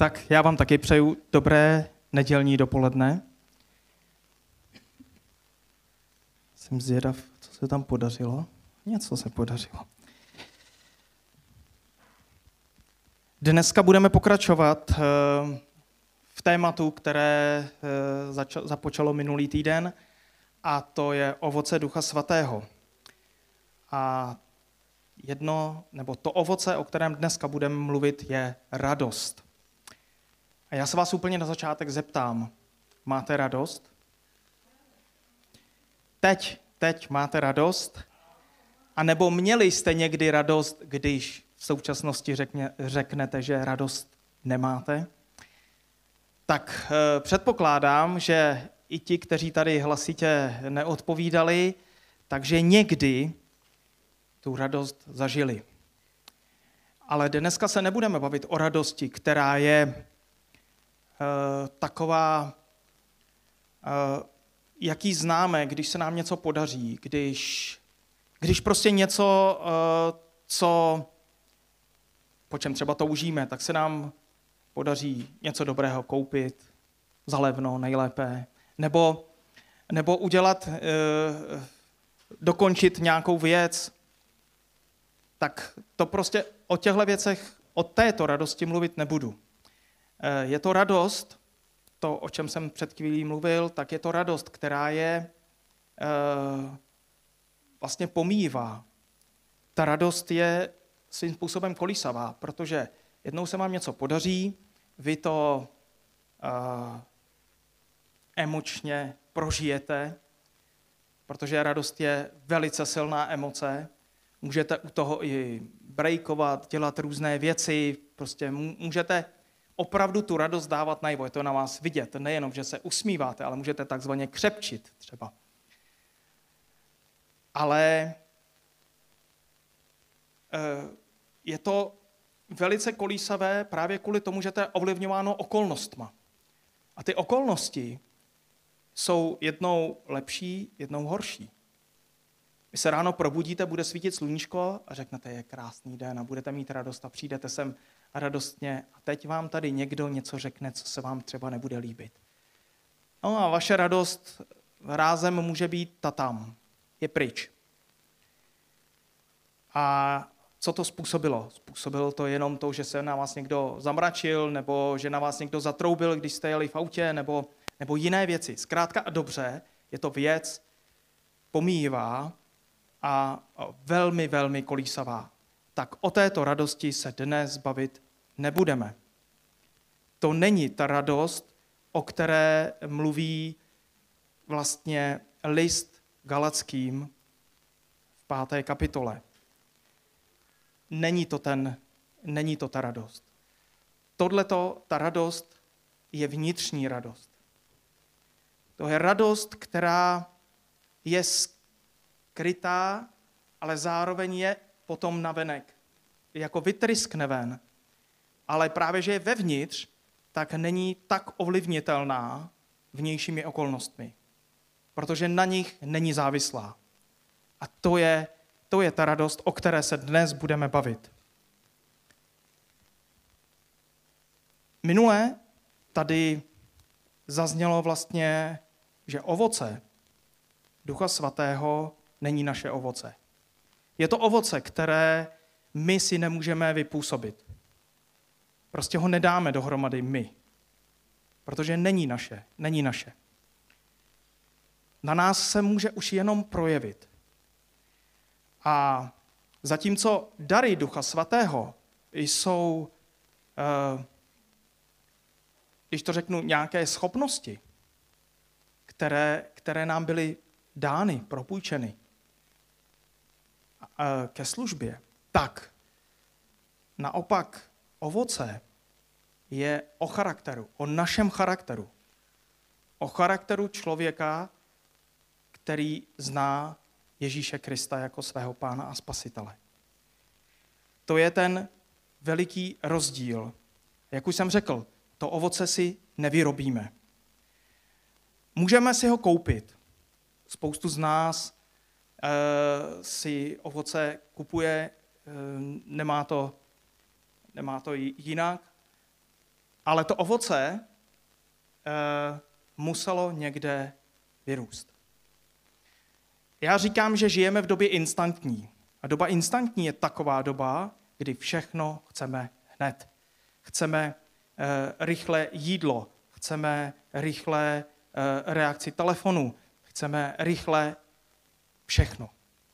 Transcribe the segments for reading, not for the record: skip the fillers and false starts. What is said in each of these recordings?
Tak já vám taky přeju dobré nedělní dopoledne. Jsem zvědav, co se tam podařilo. Něco se podařilo. Dneska budeme pokračovat v tématu, které započalo minulý týden, a to je ovoce Ducha Svatého. A to ovoce, o kterém dneska budeme mluvit, je radost. A já se vás úplně na začátek zeptám, máte radost? Teď máte radost? A nebo měli jste někdy radost, když v současnosti řeknete, že radost nemáte? Tak předpokládám, že i ti, kteří tady hlasitě neodpovídali, takže někdy tu radost zažili. Ale dneska se nebudeme bavit o radosti, která je taková, jaký známe, když se nám něco podaří, když prostě něco, po čem třeba toužíme, tak se nám podaří něco dobrého koupit, za levno nejlépe, nebo udělat, dokončit nějakou věc, tak to prostě o těchto věcech, o této radosti mluvit nebudu. Je to radost, to, o čem jsem před chvílí mluvil, tak je to radost, která je vlastně pomíjivá. Ta radost je svým způsobem kolísavá, protože jednou se vám něco podaří, vy to emočně prožijete, protože radost je velice silná emoce. Můžete u toho i brejkovat, dělat různé věci, prostě můžete opravdu tu radost dávat najevo, je to na vás vidět. Nejenom, že se usmíváte, ale můžete takzvaně křepčit třeba. Ale je to velice kolísavé právě kvůli tomu, že to je ovlivňováno okolnostma. A ty okolnosti jsou jednou lepší, jednou horší. Vy se ráno probudíte, bude svítit sluníčko a řeknete, je krásný den a budete mít radost a přijdete sem radostně a teď vám tady někdo něco řekne, co se vám třeba nebude líbit. No a vaše radost rázem může být tam, je pryč. A co to způsobilo? Způsobilo to jenom to, že se na vás někdo zamračil, nebo že na vás někdo zatroubil, když jste jeli v autě, nebo jiné věci. Zkrátka a dobře, je to věc pomíjivá a velmi, velmi kolísavá. Tak o této radosti se dnes bavit nebudeme. To není ta radost, o které mluví vlastně list Galackým v 5. kapitole. Není to ta radost. Ta radost je vnitřní radost. To je radost, která je skrytá, ale zároveň je potom navenek. Jako vytryskne ven. Ale právě, že je vevnitř, tak není tak ovlivnitelná vnějšími okolnostmi. Protože na nich není závislá. A to je ta radost, o které se dnes budeme bavit. Minule tady zaznělo vlastně, že ovoce Ducha Svatého není naše ovoce. Je to ovoce, které my si nemůžeme vypůsobit. Prostě ho nedáme dohromady my, protože není naše. Na nás se může už jenom projevit. A zatímco dary Ducha Svatého jsou, když to řeknu, nějaké schopnosti, které nám byly dány, propůjčeny ke službě, tak naopak ovoce je o charakteru, o našem charakteru. O charakteru člověka, který zná Ježíše Krista jako svého Pána a Spasitele. To je ten veliký rozdíl. Jak už jsem řekl, to ovoce si nevyrobíme. Můžeme si ho koupit. Spoustu z nás si ovoce kupuje, nemá to jinak. Ale to ovoce muselo někde vyrůst. Já říkám, že žijeme v době instantní. A doba instantní je taková doba, kdy všechno chceme hned. Chceme rychle jídlo, chceme rychle reakci telefonu, chceme rychle všechno.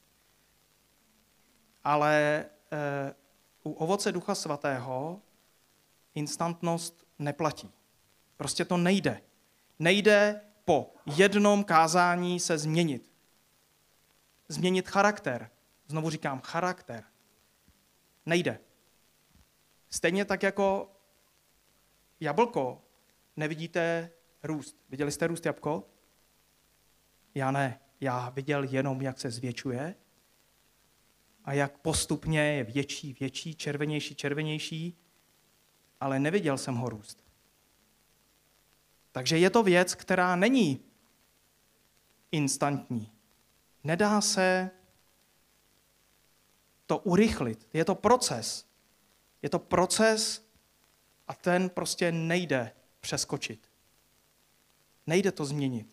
Ale u ovoce Ducha Svatého instantnost neplatí. Prostě to nejde. Nejde po jednom kázání se změnit. Změnit charakter. Znovu říkám charakter. Nejde. Stejně tak jako jablko nevidíte růst. Viděli jste růst jabko? Já ne. Já viděl jenom, jak se zvětšuje a jak postupně je větší, červenější, ale neviděl jsem ho růst. Takže je to věc, která není instantní. Nedá se to urychlit. Je to proces. Je to proces a ten prostě nejde přeskočit. Nejde to změnit.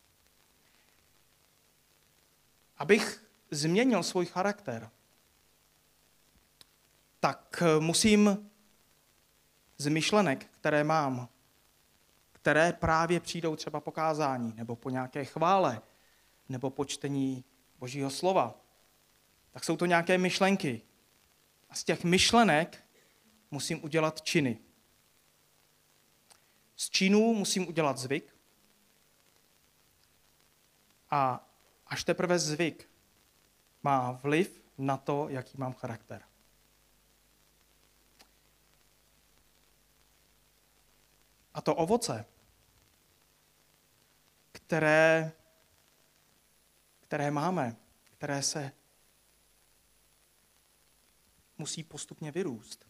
Abych změnil svůj charakter, tak musím z myšlenek, které mám, které právě přijdou třeba po kázání, nebo po nějaké chvále, nebo po čtení Božího slova, tak jsou to nějaké myšlenky. A z těch myšlenek musím udělat činy. Z činů musím udělat zvyk a až teprve zvyk má vliv na to, jaký mám charakter. A to ovoce, které máme, které se musí postupně vyrůst,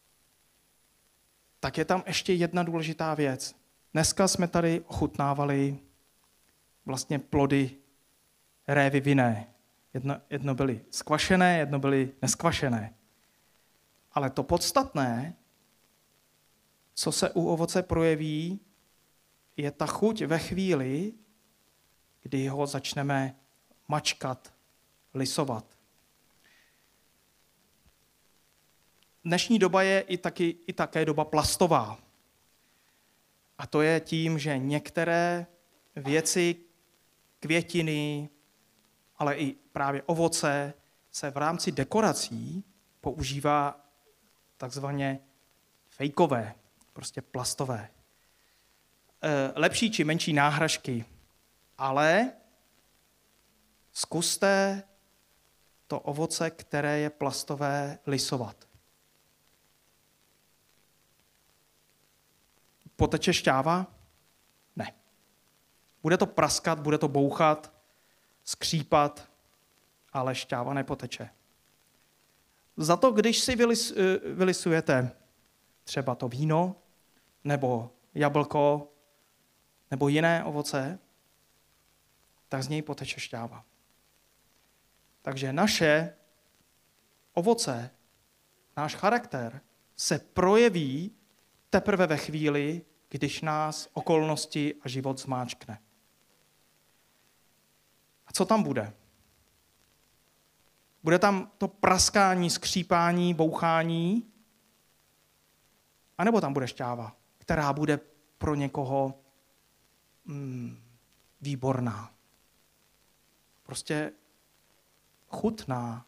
tak je tam ještě jedna důležitá věc. Dneska jsme tady ochutnávali vlastně plody révy vinné. Jedno byly skvašené, jedno byly neskvašené. Ale to podstatné, co se u ovoce projeví, je ta chuť ve chvíli, kdy ho začneme mačkat, lisovat. Dnešní doba je i také doba plastová. A to je tím, že některé věci, květiny, ale i právě ovoce se v rámci dekorací používá takzvaně fejkové, prostě plastové. Lepší či menší náhražky, ale zkuste to ovoce, které je plastové, lisovat. Poteče šťáva? Ne. Bude to praskat, bude to bouchat, skřípat, ale šťáva nepoteče. Za to, když si vylisujete třeba to víno, nebo jablko, nebo jiné ovoce, tak z něj poteče šťáva. Takže naše ovoce, náš charakter se projeví teprve ve chvíli, když nás okolnosti a život zmáčkne. A co tam bude? Bude tam to praskání, skřípání, bouchání? A nebo tam bude šťáva, která bude pro někoho výborná. Prostě chutná.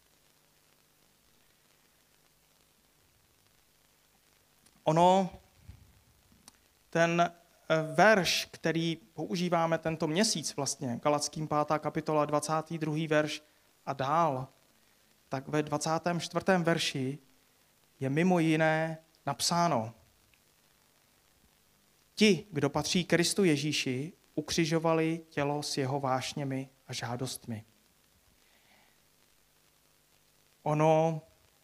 Ono, ten verš, který používáme tento měsíc vlastně, Galatským 5. kapitola, 22. verš a dál, tak ve 24. verši je mimo jiné napsáno: Ti, kdo patří Kristu Ježíši, ukřižovali tělo s jeho vášněmi a žádostmi. Ono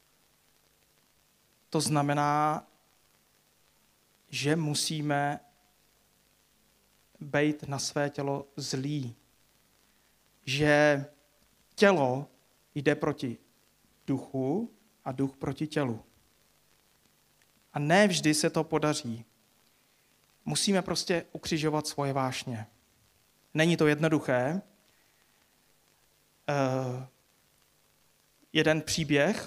to znamená, že musíme být na své tělo zlí. Že tělo jde proti duchu a duch proti tělu. A ne vždy se to podaří. Musíme prostě ukřižovat svoje vášně. Není to jednoduché. Jeden příběh,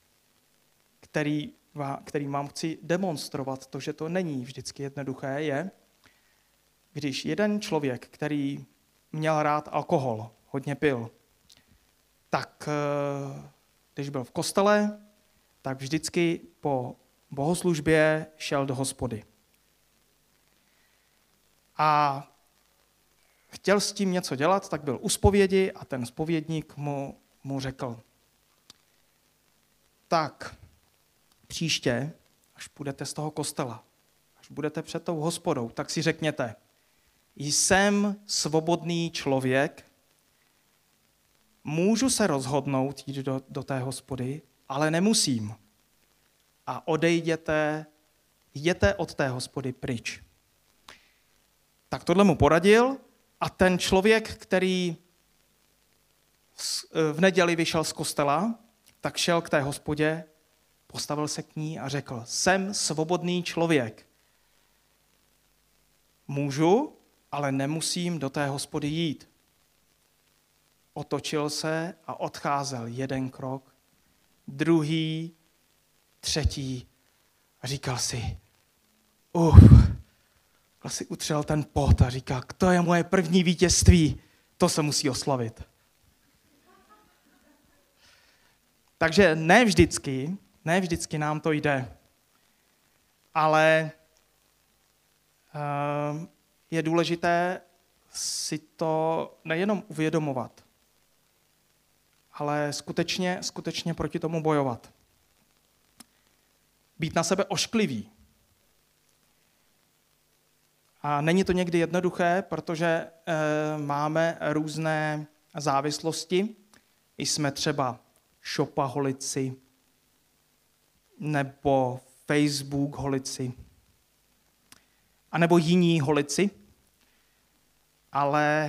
který vám chci demonstrovat, to, že to není vždycky jednoduché, je, když jeden člověk, který měl rád alkohol, hodně pil, tak když byl v kostele, tak vždycky po bohoslužbě šel do hospody. A chtěl s tím něco dělat, tak byl u zpovědi a ten zpovědník mu řekl, tak příště, až půjdete z toho kostela, až budete před tou hospodou, tak si řekněte, jsem svobodný člověk, můžu se rozhodnout jít do té hospody, ale nemusím. A jděte od té hospody pryč. Tak tohle mu poradil a ten člověk, který v neděli vyšel z kostela, tak šel k té hospodě, postavil se k ní a řekl, jsem svobodný člověk. Můžu, ale nemusím do té hospody jít. Otočil se a odcházel jeden krok, druhý, třetí a říkal si, si utřel ten pot a říkal, to je moje první vítězství, to se musí oslavit. Takže ne vždycky nám to jde, ale je důležité si to nejenom uvědomovat, ale skutečně proti tomu bojovat. Být na sebe ošklivý. A není to někdy jednoduché, protože máme různé závislosti. Jsme třeba shopaholici nebo Facebook holici a nebo jiní holici, ale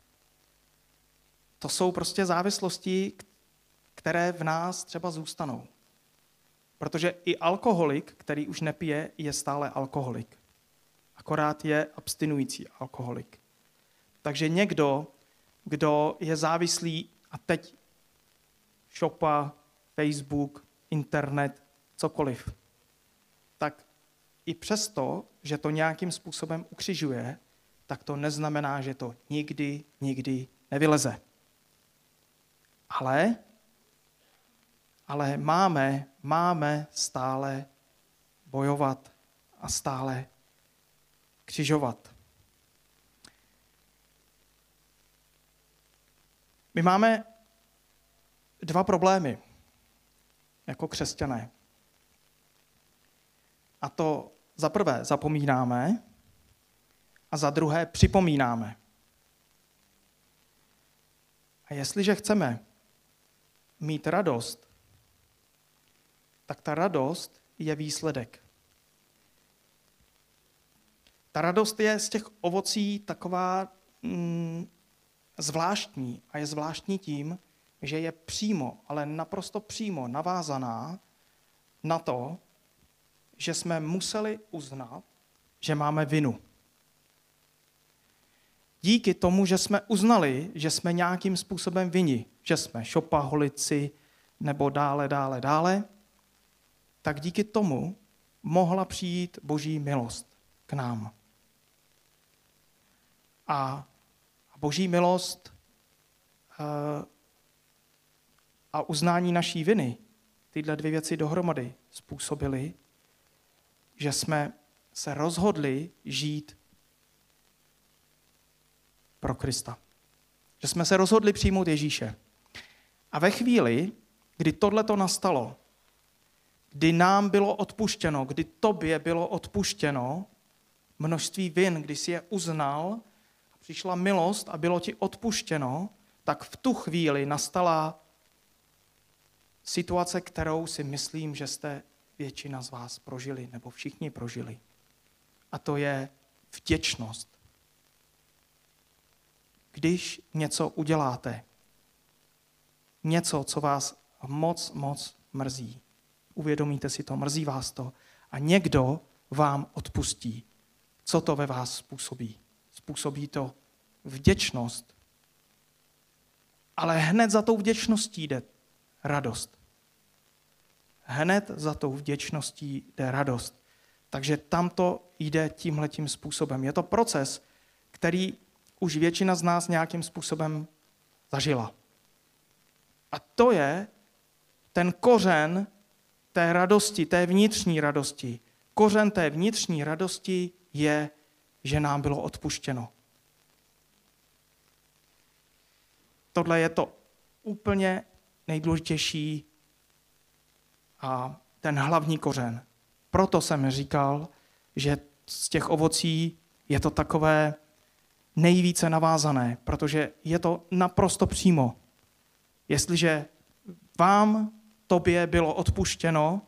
to jsou prostě závislosti, které v nás třeba zůstanou. Protože i alkoholik, který už nepije, je stále alkoholik. Akorát je abstinující alkoholik. Takže někdo, kdo je závislý a teď shopa, Facebook, internet, cokoliv, tak i přesto, že to nějakým způsobem ukřižuje, tak to neznamená, že to nikdy nevyleze. Ale máme stále bojovat a stále křižovat. My máme dva problémy jako křesťané. A to za prvé zapomínáme a za druhé připomínáme. A jestliže chceme mít radost, tak ta radost je výsledek. Ta radost je z těch ovocí taková zvláštní a je zvláštní tím, že je přímo, ale naprosto přímo navázaná na to, že jsme museli uznat, že máme vinu. Díky tomu, že jsme uznali, že jsme nějakým způsobem vinni, že jsme shopaholici nebo dále, tak díky tomu mohla přijít Boží milost k nám. A Boží milost a uznání naší viny, tyhle dvě věci dohromady způsobily, že jsme se rozhodli žít pro Krista. Že jsme se rozhodli přijmout Ježíše. A ve chvíli, kdy tohleto nastalo, kdy nám bylo odpuštěno, kdy tobě bylo odpuštěno množství vin, kdy jsi je uznal, přišla milost a bylo ti odpuštěno, tak v tu chvíli nastala situace, kterou si myslím, že jste většina z vás prožili, nebo všichni prožili. A to je vděčnost. Když něco uděláte, něco, co vás moc mrzí, uvědomíte si to, mrzí vás to, a někdo vám odpustí. Co to ve vás způsobí? Způsobí to vděčnost. Ale hned za tou vděčností jde radost. Hned za tou vděčností jde radost. Takže tam to jde tímhletím způsobem. Je to proces, který už většina z nás nějakým způsobem zažila. A to je ten kořen té radosti, té vnitřní radosti. Kořen té vnitřní radosti je, že nám bylo odpuštěno. Tohle je to úplně nejdůležitější a ten hlavní kořen. Proto jsem říkal, že z těch ovocí je to takové nejvíce navázané, protože je to naprosto přímo. Jestliže vám, tobě bylo odpuštěno,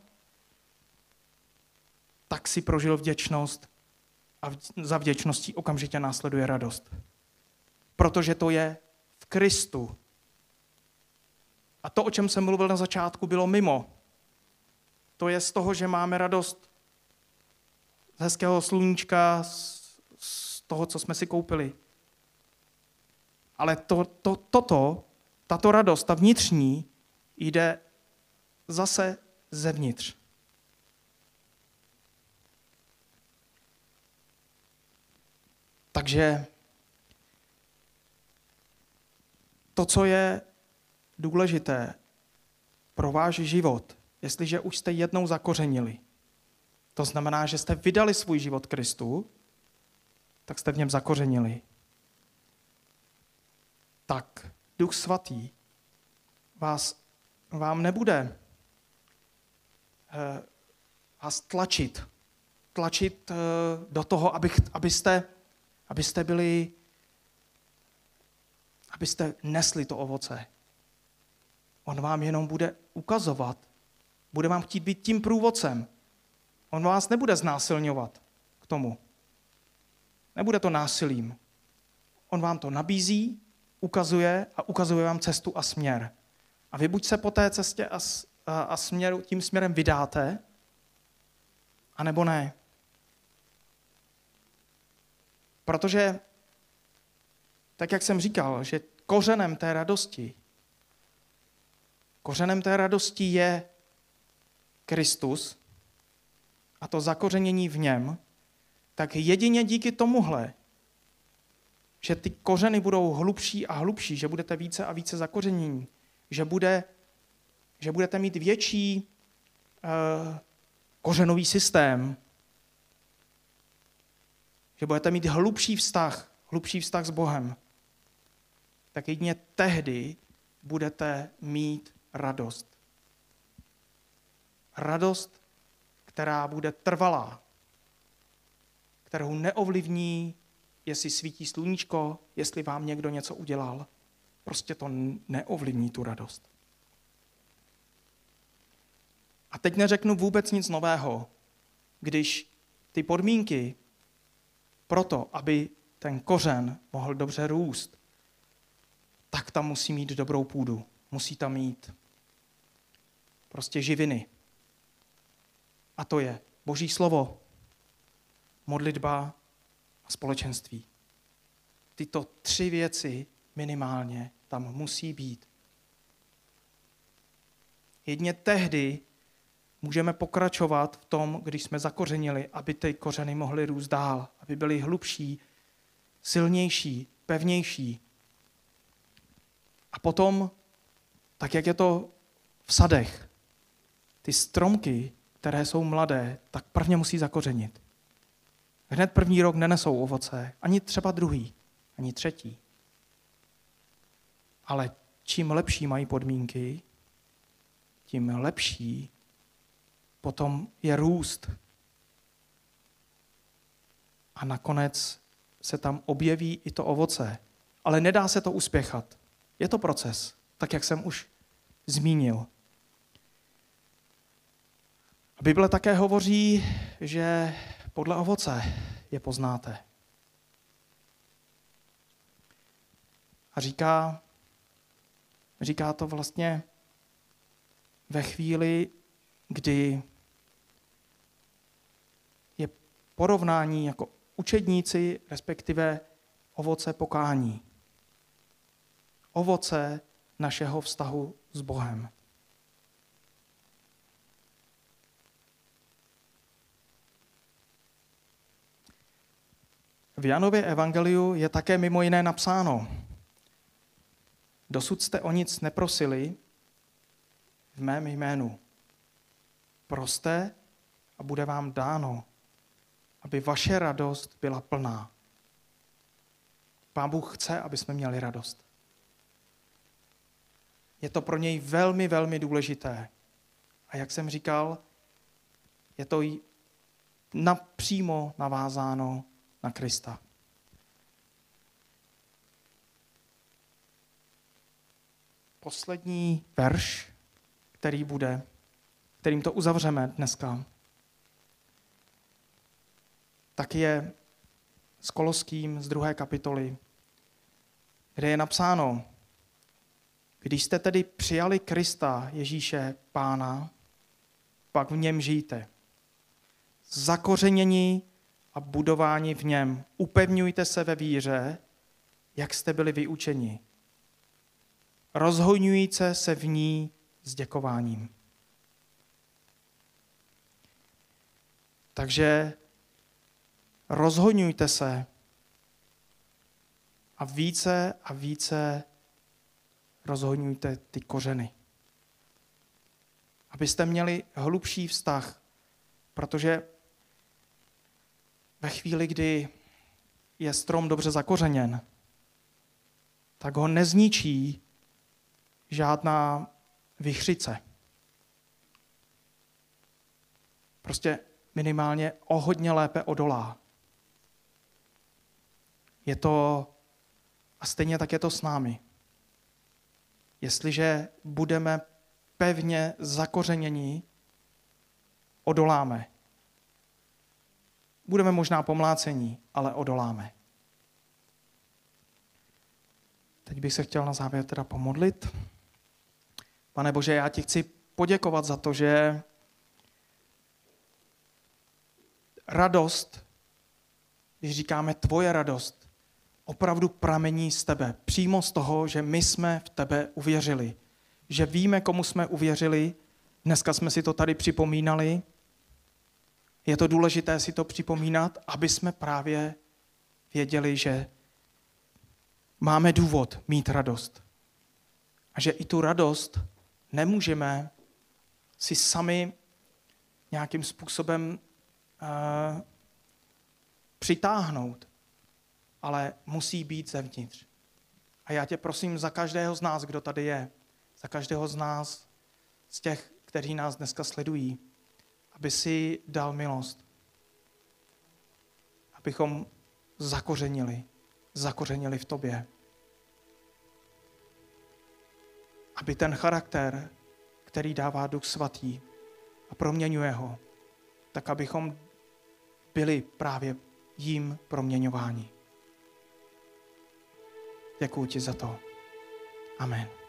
tak si prožil vděčnost a za vděčností okamžitě následuje radost. Protože to je v Kristu. A to, o čem jsem mluvil na začátku, bylo mimo. To je z toho, že máme radost z hezkého sluníčka, z toho, co jsme si koupili. Ale tato radost, ta vnitřní, jde zase zevnitř. Takže to, co je důležité pro váš život, jestliže už jste jednou zakořenili, to znamená, že jste vydali svůj život Kristu, tak jste v něm zakořenili. Tak Duch Svatý vám nebude vás tlačit do toho, abyste nesli to ovoce. On vám jenom bude ukazovat, bude vám chtít být tím průvodcem. On vás nebude znásilňovat k tomu. Nebude to násilím. On vám to nabízí, ukazuje vám cestu a směr. A vy buď se po té cestě a směru, tím směrem vydáte, anebo ne. Protože, tak jak jsem říkal, že kořenem té radosti je Kristus a to zakořenění v něm, tak jedině díky tomuhle, že ty kořeny budou hlubší a hlubší, že budete více a více zakořenění, že budete mít větší kořenový systém, že budete mít hlubší vztah s Bohem, tak jedině tehdy budete mít radost. Radost, která bude trvalá, kterou neovlivní, jestli svítí sluníčko, jestli vám někdo něco udělal. Prostě to neovlivní tu radost. A teď neřeknu vůbec nic nového, když ty podmínky pro to, aby ten kořen mohl dobře růst, tak tam musí mít dobrou půdu. Musí tam mít prostě živiny. A to je Boží slovo, modlitba a společenství. Tyto 3 věci minimálně tam musí být. Jedině tehdy můžeme pokračovat v tom, když jsme zakořenili, aby ty kořeny mohly růst dál, aby byly hlubší, silnější, pevnější. A potom, tak jak je to v sadech, ty stromky, které jsou mladé, tak prvně musí zakořenit. Hned první rok nenesou ovoce, ani třeba druhý, ani třetí. Ale čím lepší mají podmínky, tím lepší potom je růst. A nakonec se tam objeví i to ovoce. Ale nedá se to uspěchat. Je to proces, tak jak jsem už zmínil. A Bible také hovoří, že podle ovoce je poznáte. A říká to vlastně ve chvíli, kdy porovnání jako učedníci, respektive ovoce pokání. Ovoce našeho vztahu s Bohem. V Janově evangeliu je také mimo jiné napsáno: dosud jste o nic neprosili v mém jménu. Proste a bude vám dáno, aby vaše radost byla plná. Pán Bůh chce, aby jsme měli radost. Je to pro něj velmi, velmi důležité. A jak jsem říkal, je to napřímo navázáno na Krista. Poslední verš, kterým to uzavřeme dneska, tak je z Koloským z 2. kapitoly, kde je napsáno: když jste tedy přijali Krista Ježíše Pána, pak v něm žijte. Zakořenění a budování v něm. Upevňujte se ve víře, jak jste byli vyučeni. Rozhojňujte se v ní s děkováním. Takže rozhojňujte se a více rozhojňujte ty kořeny. Abyste měli hlubší vztah, protože ve chvíli, kdy je strom dobře zakořeněn, tak ho nezničí žádná vichřice. Prostě minimálně o hodně lépe odolá. Je to, a stejně tak je to s námi. Jestliže budeme pevně zakořeněni, odoláme. Budeme možná pomlácení, ale odoláme. Teď bych se chtěl na závěr teda pomodlit. Pane Bože, já ti chci poděkovat za to, že radost, když říkáme tvoje radost, opravdu pramení z tebe. Přímo z toho, že my jsme v tebe uvěřili. Že víme, komu jsme uvěřili. Dneska jsme si to tady připomínali. Je to důležité si to připomínat, aby jsme právě věděli, že máme důvod mít radost. A že i tu radost nemůžeme si sami nějakým způsobem přitáhnout, ale musí být zevnitř. A já tě prosím za každého z nás, kdo tady je, za každého z nás, z těch, kteří nás dneska sledují, aby si dal milost, abychom zakořenili v tobě. Aby ten charakter, který dává Duch Svatý a proměňuje ho, tak abychom byli právě jím proměňováni. Děkuji ti za to. Amen.